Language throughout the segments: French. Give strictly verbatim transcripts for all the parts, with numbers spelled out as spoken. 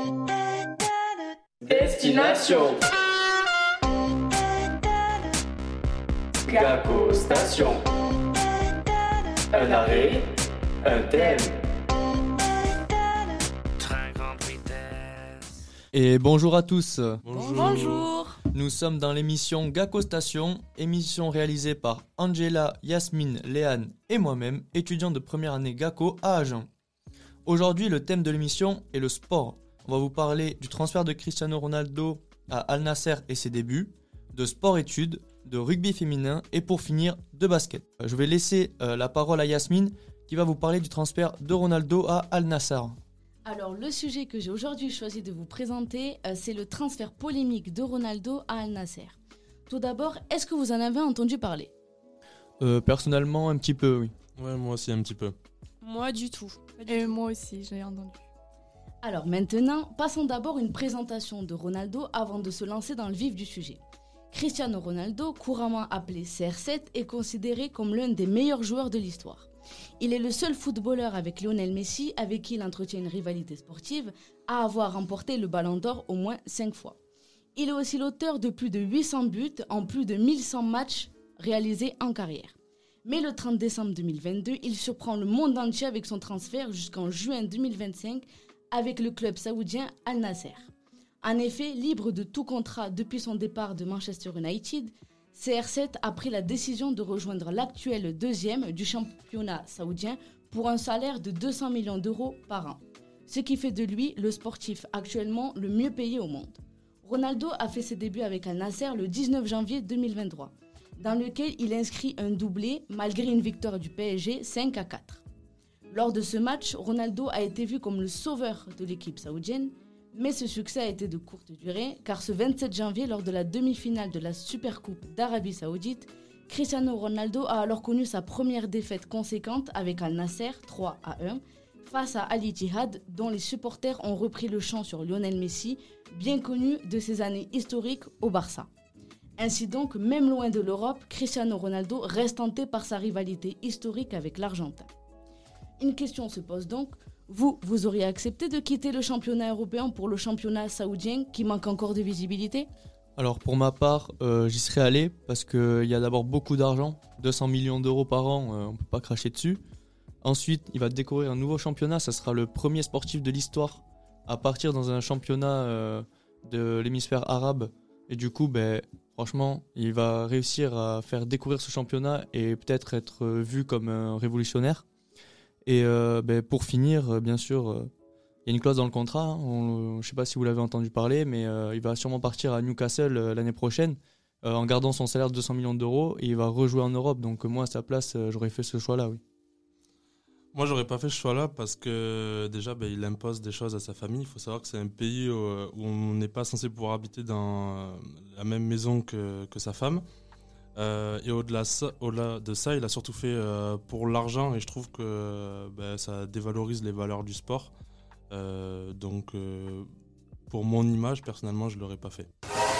Destination Gakko Station. Un arrêt, un thème. Très grande vitesse. Et bonjour à tous. Bonjour. Bonjour. Nous sommes dans l'émission Gakko Station, émission réalisée par Angela, Yasmine, Léane et moi-même, étudiants de première année Gakko à Agen. Aujourd'hui, le thème de l'émission est le sport. On va vous parler du transfert de Cristiano Ronaldo à Al Nasser et ses débuts, de sport-études, de rugby féminin et pour finir, de basket. Je vais laisser euh, la parole à Yasmine qui va vous parler du transfert de Ronaldo à Al Nasser. Alors, le sujet que j'ai aujourd'hui choisi de vous présenter, euh, c'est le transfert polémique de Ronaldo à Al Nasser. Tout d'abord, est-ce que vous en avez entendu parler ? Euh, personnellement, un petit peu, oui. Ouais, moi aussi un petit peu. Moi du tout. Et moi aussi, j'ai entendu. Alors maintenant, passons d'abord une présentation de Ronaldo avant de se lancer dans le vif du sujet. Cristiano Ronaldo, couramment appelé C R sept, est considéré comme l'un des meilleurs joueurs de l'histoire. Il est le seul footballeur avec Lionel Messi, avec qui il entretient une rivalité sportive, à avoir remporté le Ballon d'Or au moins cinq fois. Il est aussi l'auteur de plus de huit cents buts en plus de mille cent matchs réalisés en carrière. Mais le trente décembre deux mille vingt-deux, il surprend le monde entier avec son transfert jusqu'en juin deux mille vingt-cinq avec le club saoudien Al Nasser. En effet, libre de tout contrat depuis son départ de Manchester United, C R sept a pris la décision de rejoindre l'actuel deuxième du championnat saoudien pour un salaire de deux cents millions d'euros par an, ce qui fait de lui le sportif actuellement le mieux payé au monde. Ronaldo a fait ses débuts avec Al Nasser le dix-neuf janvier deux mille vingt-trois, dans lequel il inscrit un doublé malgré une victoire du P S G cinq à quatre. Lors de ce match, Ronaldo a été vu comme le sauveur de l'équipe saoudienne, mais ce succès a été de courte durée, car ce vingt-sept janvier, lors de la demi-finale de la Supercoupe d'Arabie Saoudite, Cristiano Ronaldo a alors connu sa première défaite conséquente avec Al Nasser, trois à un, face à Al Ittihad, dont les supporters ont repris le chant sur Lionel Messi, bien connu de ses années historiques au Barça. Ainsi donc, même loin de l'Europe, Cristiano Ronaldo reste hanté par sa rivalité historique avec l'Argentin. Une question se pose donc, vous, vous auriez accepté de quitter le championnat européen pour le championnat saoudien qui manque encore de visibilité ? Alors pour ma part, euh, j'y serais allé parce qu'il y a d'abord beaucoup d'argent, deux cents millions d'euros par an, euh, on ne peut pas cracher dessus. Ensuite, il va découvrir un nouveau championnat, ça sera le premier sportif de l'histoire à partir dans un championnat euh, de l'hémisphère arabe. Et du coup, ben, franchement, il va réussir à faire découvrir ce championnat et peut-être être vu comme un révolutionnaire. Et euh, ben, pour finir, euh, bien sûr, euh, il y a une clause dans le contrat. Hein, on, je ne sais pas si vous l'avez entendu parler, mais euh, il va sûrement partir à Newcastle euh, l'année prochaine euh, en gardant son salaire de deux cents millions d'euros et il va rejouer en Europe. Donc moi, à sa place, euh, j'aurais fait ce choix-là, oui. Moi, j'aurais pas fait ce choix-là parce que déjà, ben, il impose des choses à sa famille. Il faut savoir que c'est un pays où, où on n'est pas censé pouvoir habiter dans la même maison que, que sa femme. Euh, et au-delà, au-delà de ça, il a surtout fait euh, pour l'argent et je trouve que ben, ça dévalorise les valeurs du sport. Euh, donc, euh, pour mon image, personnellement, je ne l'aurais pas fait.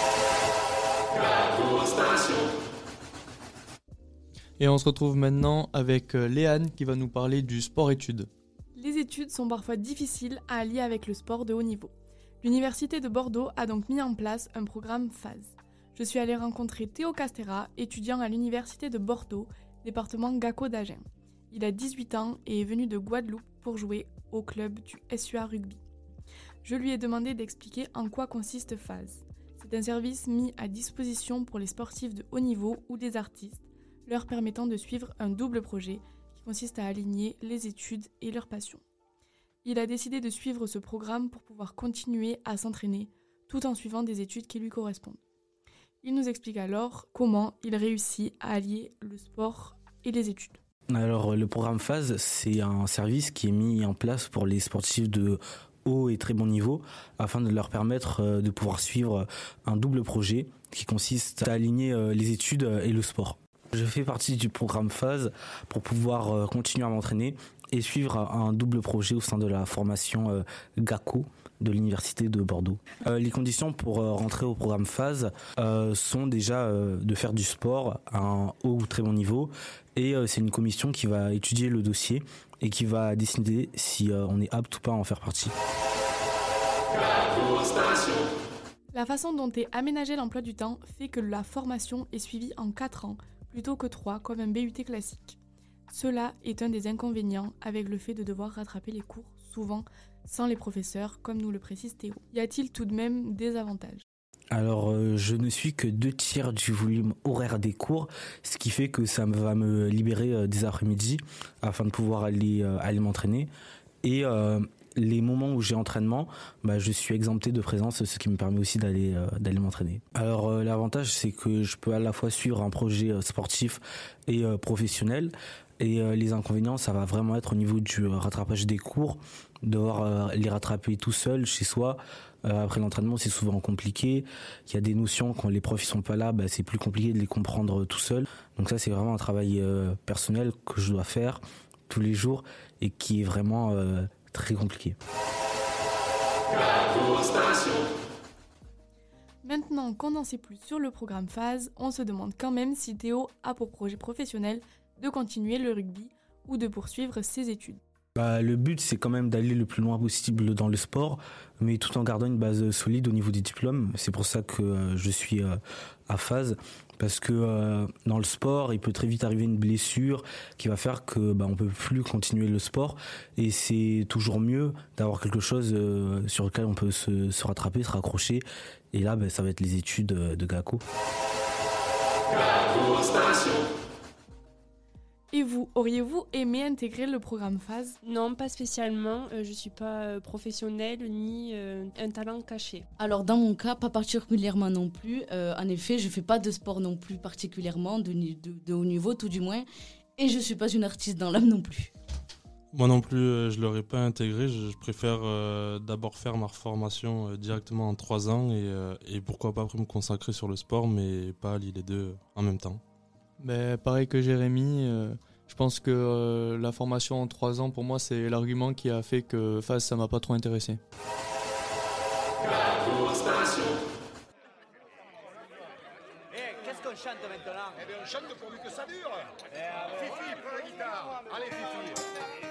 Et on se retrouve maintenant avec Léane qui va nous parler du sport-études. Les études sont parfois difficiles à allier avec le sport de haut niveau. L'Université de Bordeaux a donc mis en place un programme phase. Je suis allée rencontrer Théo Castera, étudiant à l'Université de Bordeaux, département Gakko d'Agen. Il a dix-huit ans et est venu de Guadeloupe pour jouer au club du S U A Rugby. Je lui ai demandé d'expliquer en quoi consiste phase. C'est un service mis à disposition pour les sportifs de haut niveau ou des artistes, leur permettant de suivre un double projet qui consiste à aligner les études et leur passion. Il a décidé de suivre ce programme pour pouvoir continuer à s'entraîner tout en suivant des études qui lui correspondent. Il nous explique alors comment il réussit à allier le sport et les études. Alors le programme phase, c'est un service qui est mis en place pour les sportifs de haut et très bon niveau afin de leur permettre de pouvoir suivre un double projet qui consiste à aligner les études et le sport. Je fais partie du programme phase pour pouvoir continuer à m'entraîner et suivre un double projet au sein de la formation Gakko de l'Université de Bordeaux. Euh, les conditions pour euh, rentrer au programme phase euh, sont déjà euh, de faire du sport à un haut ou très bon niveau et euh, c'est une commission qui va étudier le dossier et qui va décider si euh, on est apte ou pas à en faire partie. La façon dont est aménagé l'emploi du temps fait que la formation est suivie en quatre ans, plutôt que trois comme un B U T classique. Cela est un des inconvénients avec le fait de devoir rattraper les cours, souvent sans les professeurs, comme nous le précise Théo. Y a-t-il tout de même des avantages ? Alors, euh, je ne suis que deux tiers du volume horaire des cours, ce qui fait que ça va me libérer euh, des après-midi afin de pouvoir aller, euh, aller m'entraîner. Et euh, les moments où j'ai entraînement, bah, je suis exempté de présence, ce qui me permet aussi d'aller, euh, d'aller m'entraîner. Alors, euh, l'avantage, c'est que je peux à la fois suivre un projet euh, sportif et euh, professionnel. Et euh, les inconvénients, ça va vraiment être au niveau du euh, rattrapage des cours, devoir euh, les rattraper tout seul chez soi. Euh, après l'entraînement, c'est souvent compliqué. Il y a des notions, quand les profs ne sont pas là, bah, c'est plus compliqué de les comprendre tout seul. Donc ça, c'est vraiment un travail euh, personnel que je dois faire tous les jours et qui est vraiment euh, très compliqué. Maintenant qu'on n'en sait plus sur le programme Phase, on se demande quand même si Théo a pour projet professionnel de continuer le rugby ou de poursuivre ses études. Bah, le but, c'est quand même d'aller le plus loin possible dans le sport, mais tout en gardant une base solide au niveau des diplômes. C'est pour ça que euh, je suis euh, à Phase, parce que euh, dans le sport, il peut très vite arriver une blessure qui va faire que bah, on peut plus continuer le sport, et c'est toujours mieux d'avoir quelque chose euh, sur lequel on peut se, se rattraper, se raccrocher. Et là, bah, ça va être les études de Gaco. Gaco Station. Et vous, auriez-vous aimé intégrer le programme Phase ? Non, pas spécialement. Euh, je ne suis pas euh, professionnelle ni euh, un talent caché. Alors dans mon cas, pas particulièrement non plus. Euh, en effet, je ne fais pas de sport non plus particulièrement, de, de, de haut niveau tout du moins. Et je ne suis pas une artiste dans l'âme non plus. Moi non plus, euh, je ne l'aurais pas intégré. Je, je préfère euh, d'abord faire ma formation euh, directement en trois ans et, euh, et pourquoi pas après me consacrer sur le sport, mais pas allier les deux en même temps. Mais pareil que Jérémy, euh, je pense que euh, la formation en trois ans, pour moi, c'est l'argument qui a fait que Phase, ça m'a pas trop intéressé. Gaco Station. Eh, qu'est-ce qu'on chante maintenant ? Eh bien, on chante pourvu que ça dure. Eh, Fifi, prends la guitare. Allez, Fifi.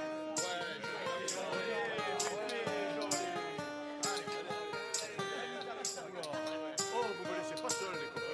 Oh, vous me laissez pas seul, les copains.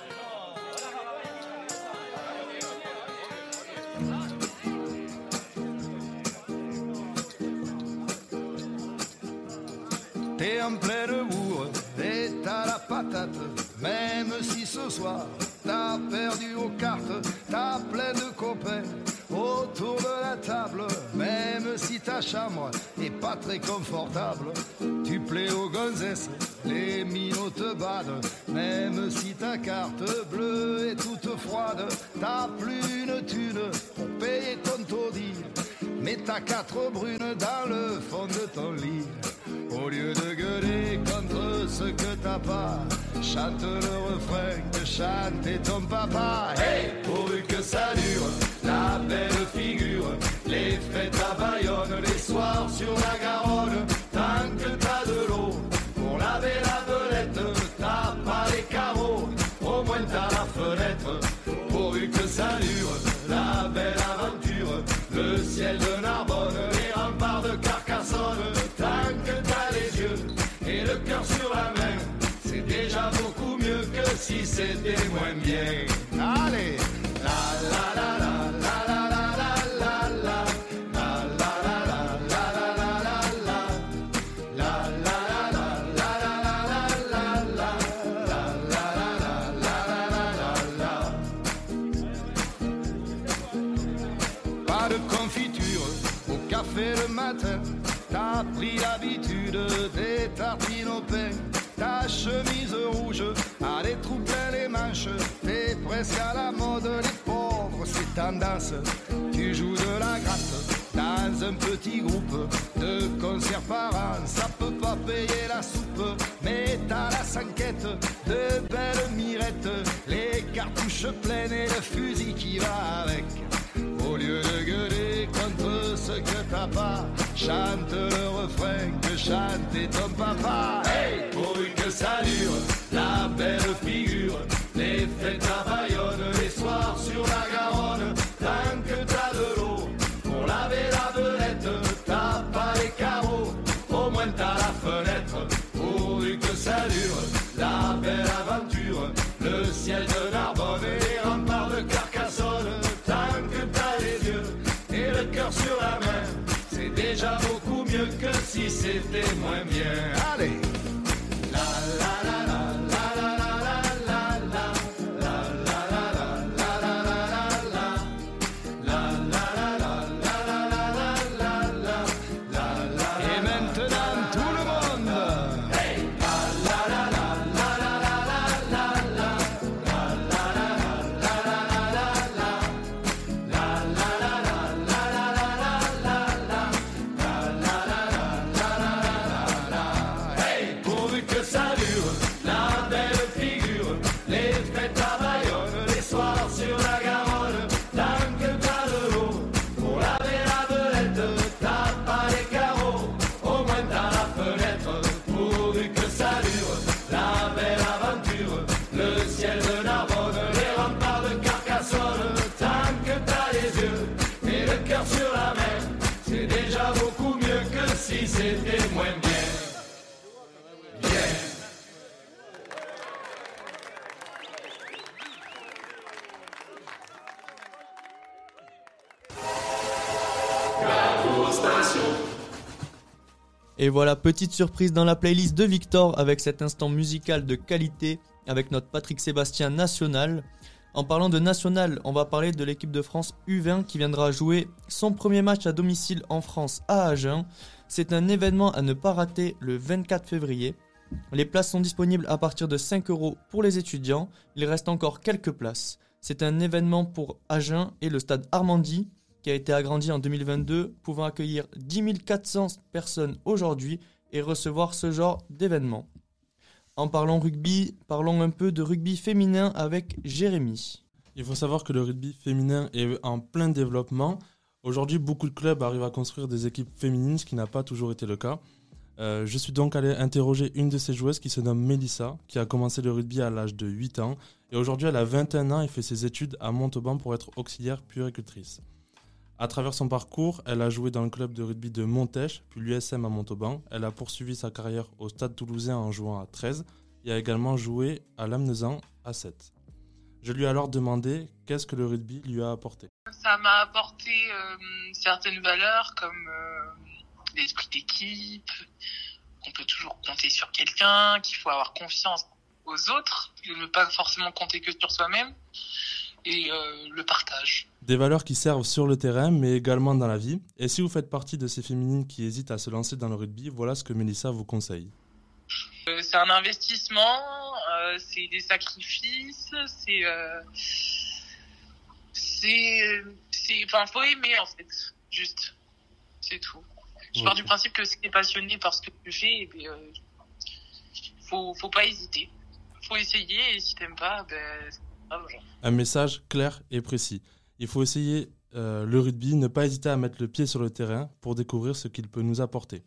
T'es en pleine bourre et t'as la patate. Même si ce soir t'as perdu aux cartes, t'as plein de copains autour de la table. Même si ta chambre est pas très confortable, tu plais aux gonzesses, les minots te badent. Même si ta carte bleue est toute froide, t'as plus une thune pour payer ton taudis, mais t'as quatre brunes dans le fond de ton lit. Au lieu de gueuler contre ce que t'as pas, chante le refrain que chantait ton papa. Hey, pourvu que ça dure, la belle figure, les fêtes à Bayonne, les soirs sur la Garonne. Tant que t'as de l'eau pour laver la belette, t'as pas les carreaux, au moins t'as la fenêtre. Pourvu que ça dure, la belle aventure, le ciel de Narbonne, les remparts de Carcassonne. Tant que t'as les yeux et le cœur sur la main, c'est déjà beaucoup mieux que si c'était moins bien. Allez, la la la la la la la la la la. Pas de confiture au café le matin, t'as pris l'habitude des tartines au pain. Ta chemise rouge a des trous plein les manches, t'es presque à la mode, les pauvres c'est tendance. Tu joues de la gratte dans un petit groupe de concerts par an, ça peut pas payer la soupe, mais t'as la cinquette de belles mirettes, les cartouches pleines et le fusil qui va avec. Au lieu de gueuler contre ce que t'as pas, chante le refrain que chantait ton papa. Hey, pourvu que ça dure, la belle figure, les fêtes à Bayonne, les soirs sur la Garonne. Tant que t'as de l'eau pour laver la belette, t'as pas les carreaux, au moins t'as la fenêtre. Pourvu que ça dure, la yeah. Allez. C'était moins bien. Yeah. Radio Station. Et voilà, petite surprise dans la playlist de Victor avec cet instant musical de qualité avec notre Patrick Sébastien national. En parlant de national, on va parler de l'équipe de France U vingt qui viendra jouer son premier match à domicile en France à Agen. C'est un événement à ne pas rater le vingt-quatre février. Les places sont disponibles à partir de cinq euros pour les étudiants. Il reste encore quelques places. C'est un événement pour Agen et le stade Armandie qui a été agrandi en deux mille vingt-deux, pouvant accueillir dix mille quatre cents personnes aujourd'hui et recevoir ce genre d'événement. En parlant rugby, parlons un peu de rugby féminin avec Jérémy. Il faut savoir que le rugby féminin est en plein développement. Aujourd'hui, beaucoup de clubs arrivent à construire des équipes féminines, ce qui n'a pas toujours été le cas. Euh, je suis donc allé interroger une de ces joueuses qui se nomme Mélissa, qui a commencé le rugby à l'âge de huit ans. Et aujourd'hui, elle a vingt et un ans et fait ses études à Montauban pour être auxiliaire puéricultrice. À travers son parcours, elle a joué dans le club de rugby de Montèche, puis l'U S M à Montauban. Elle a poursuivi sa carrière au Stade Toulousain en jouant à treize et a également joué à Lamezan à sept. Je lui ai alors demandé qu'est-ce que le rugby lui a apporté. Ça m'a apporté euh, certaines valeurs comme euh, l'esprit d'équipe, qu'on peut toujours compter sur quelqu'un, qu'il faut avoir confiance aux autres, ne pas forcément compter que sur soi-même, et euh, le partage. Des valeurs qui servent sur le terrain, mais également dans la vie. Et si vous faites partie de ces féminines qui hésitent à se lancer dans le rugby, voilà ce que Mélissa vous conseille. Euh, c'est un investissement, euh, c'est des sacrifices, c'est... Euh, c'est... c'est enfin, faut aimer, en fait, juste. C'est tout. Je Ouais. pars du principe que si t'es passionné par ce que tu fais, eh bien, euh, faut, faut pas hésiter. Faut essayer, et si t'aimes pas, ben... c'est pas grave, genre. Un message clair et précis. Il faut essayer euh, le rugby, ne pas hésiter à mettre le pied sur le terrain pour découvrir ce qu'il peut nous apporter.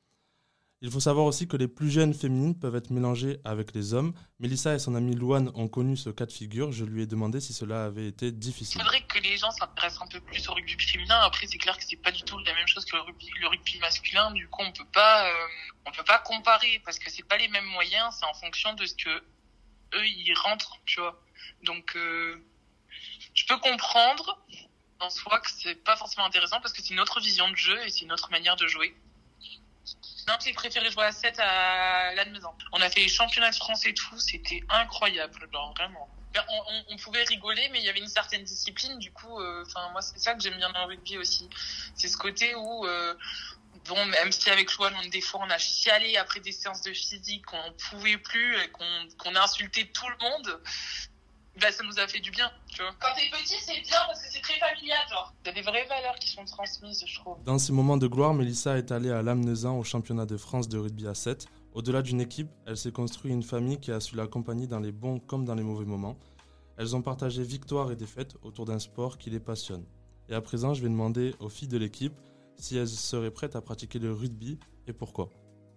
Il faut savoir aussi que les plus jeunes féminines peuvent être mélangées avec les hommes. Mélissa et son amie Louane ont connu ce cas de figure. Je lui ai demandé si cela avait été Il difficile. faudrait que les gens s'intéressent un peu plus au rugby féminin. Après, c'est clair que c'est pas du tout la même chose que le rugby, le rugby masculin. Du coup, on peut pas, euh, on peut pas comparer parce que c'est pas les mêmes moyens. C'est en fonction de ce que eux ils rentrent, tu vois. Donc, euh, je peux comprendre en soi que c'est pas forcément intéressant parce que c'est une autre vision de jeu et c'est une autre manière de jouer. Non, j'ai préféré jouer à sept à Lannemezan. On a fait les championnats de France et tout, c'était incroyable, genre vraiment. On, on, on pouvait rigoler, mais il y avait une certaine discipline, du coup, enfin euh, moi c'est ça que j'aime bien dans le rugby aussi. C'est ce côté où, euh, bon, même si avec Louane, on, des fois on a chialé après des séances de physique, qu'on pouvait plus, et qu'on, qu'on a insulté tout le monde, bah ça nous a fait du bien, tu vois. Quand t'es petit, c'est bien parce que c'est très familial, genre. Il y a des vraies valeurs qui sont transmises, je trouve. Dans ces moments de gloire, Mélissa est allée à Lamezan au championnat de France de rugby à sept. Au-delà d'une équipe, elle s'est construite une famille qui a su l'accompagner dans les bons comme dans les mauvais moments. Elles ont partagé victoires et défaites autour d'un sport qui les passionne. Et à présent, je vais demander aux filles de l'équipe si elles seraient prêtes à pratiquer le rugby et pourquoi.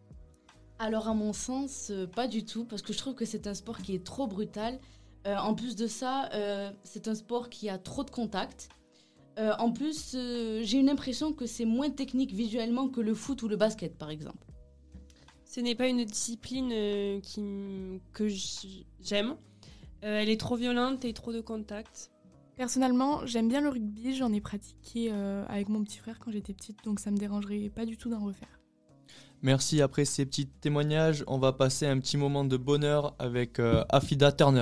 Alors à mon sens, euh, pas du tout, parce que je trouve que c'est un sport qui est trop brutal. Euh, en plus de ça, euh, c'est un sport qui a trop de contacts. Euh, en plus, euh, j'ai une impression que c'est moins technique visuellement que le foot ou le basket, par exemple. Ce n'est pas une discipline euh, qui, que j'aime. Euh, elle est trop violente et trop de contacts. Personnellement, j'aime bien le rugby. J'en ai pratiqué euh, avec mon petit frère quand j'étais petite, donc ça me dérangerait pas du tout d'en refaire. Merci, après ces petits témoignages, on va passer un petit moment de bonheur avec euh, Affida Turner.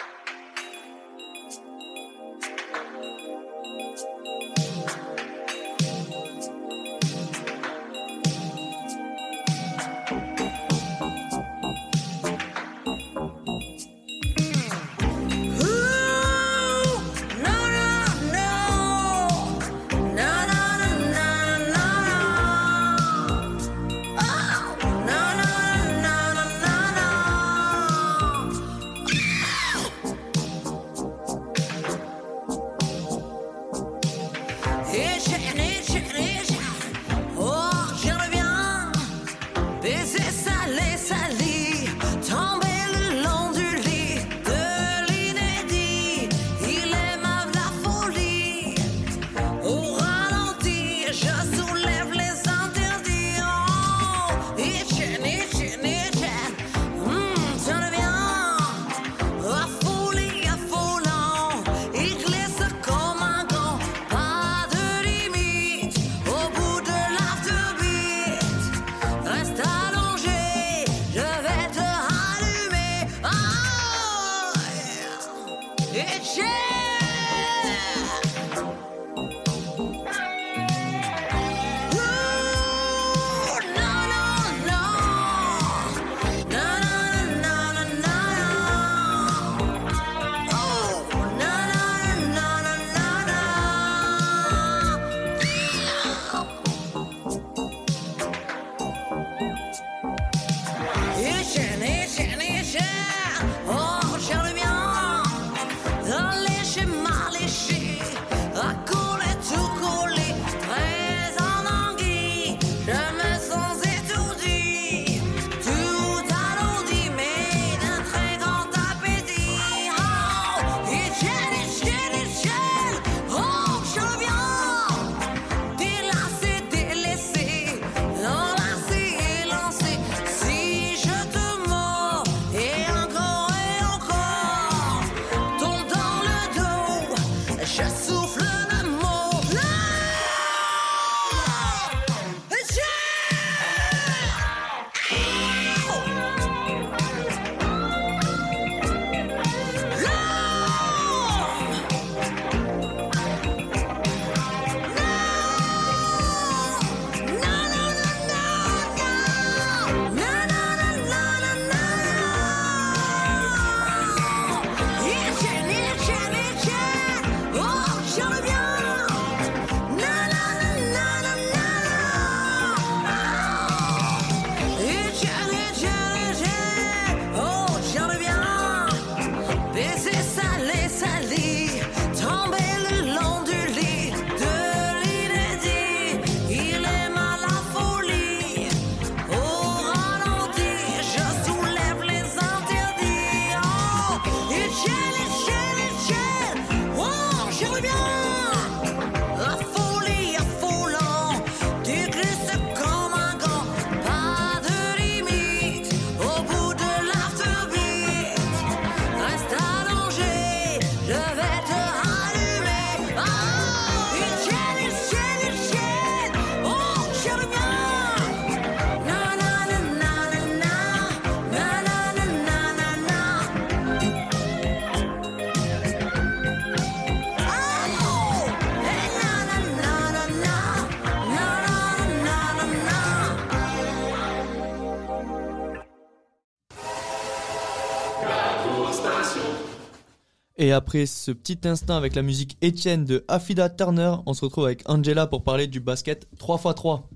Et après ce petit instant avec la musique Etienne de Affida Turner, on se retrouve avec Angela pour parler du basket trois par trois.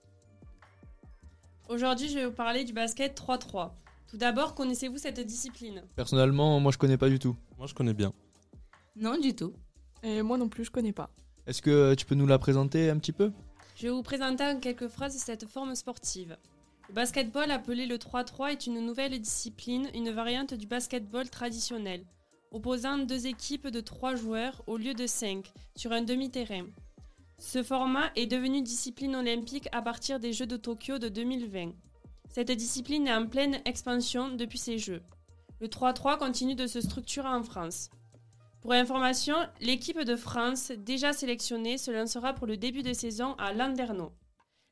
Aujourd'hui, je vais vous parler du basket trois trois. Tout d'abord, connaissez-vous cette discipline ? Personnellement, moi je connais pas du tout. Moi je connais bien. Non, du tout. Et moi non plus, je connais pas. Est-ce que tu peux nous la présenter un petit peu ? Je vais vous présenter en quelques phrases cette forme sportive. Le basketball, appelé le trois trois, est une nouvelle discipline, une variante du basketball traditionnel, opposant deux équipes de trois joueurs au lieu de cinq, sur un demi-terrain. Ce format est devenu discipline olympique à partir des Jeux de Tokyo de deux mille vingt. Cette discipline est en pleine expansion depuis ces Jeux. Le trois trois continue de se structurer en France. Pour information, l'équipe de France, déjà sélectionnée, se lancera pour le début de saison à Landerneau.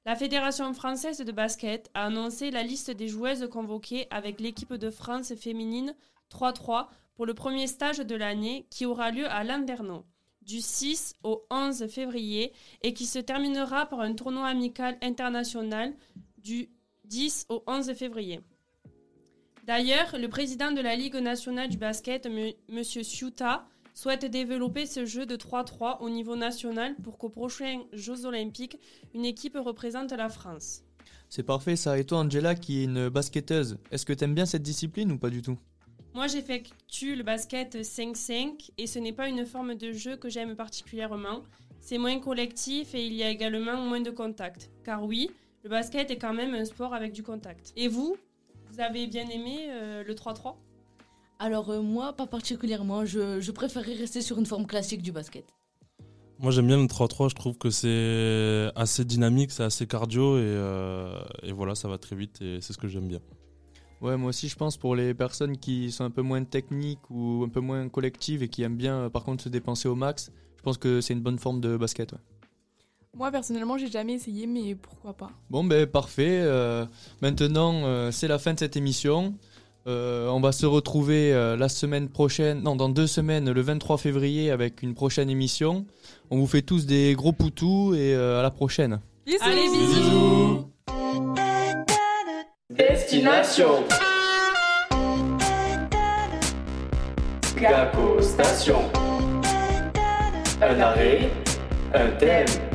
La Fédération française de basket a annoncé la liste des joueuses convoquées avec l'équipe de France féminine trois trois pour le premier stage de l'année qui aura lieu à Landerneau du six au onze février et qui se terminera par un tournoi amical international du dix au onze février. D'ailleurs, le président de la Ligue nationale du basket, M. Ciuta, souhaite développer ce jeu de trois trois au niveau national pour qu'aux prochains Jeux Olympiques, une équipe représente la France. C'est parfait ça. Et toi, Angela, qui est une basketteuse, est-ce que tu aimes bien cette discipline ou pas du tout ? Moi, j'effectue le basket cinq cinq et ce n'est pas une forme de jeu que j'aime particulièrement. C'est moins collectif et il y a également moins de contact. Car oui, le basket est quand même un sport avec du contact. Et vous, vous avez bien aimé euh, le trois trois ? Alors euh, moi, pas particulièrement. Je, je préférerais rester sur une forme classique du basket. Moi, j'aime bien le trois trois. Je trouve que c'est assez dynamique, c'est assez cardio et, euh, et voilà, ça va très vite et c'est ce que j'aime bien. Ouais, moi aussi je pense pour les personnes qui sont un peu moins techniques ou un peu moins collectives et qui aiment bien euh, par contre se dépenser au max, je pense que c'est une bonne forme de basket. Ouais. Moi personnellement j'ai jamais essayé mais pourquoi pas. Bon ben parfait, euh, maintenant euh, c'est la fin de cette émission. Euh, on va se retrouver euh, la semaine prochaine, non dans deux semaines le vingt-trois février avec une prochaine émission. On vous fait tous des gros poutous et euh, à la prochaine. Bisous. Allez bisous, bisous. Destination Gacko Station. Un arrêt, un thème.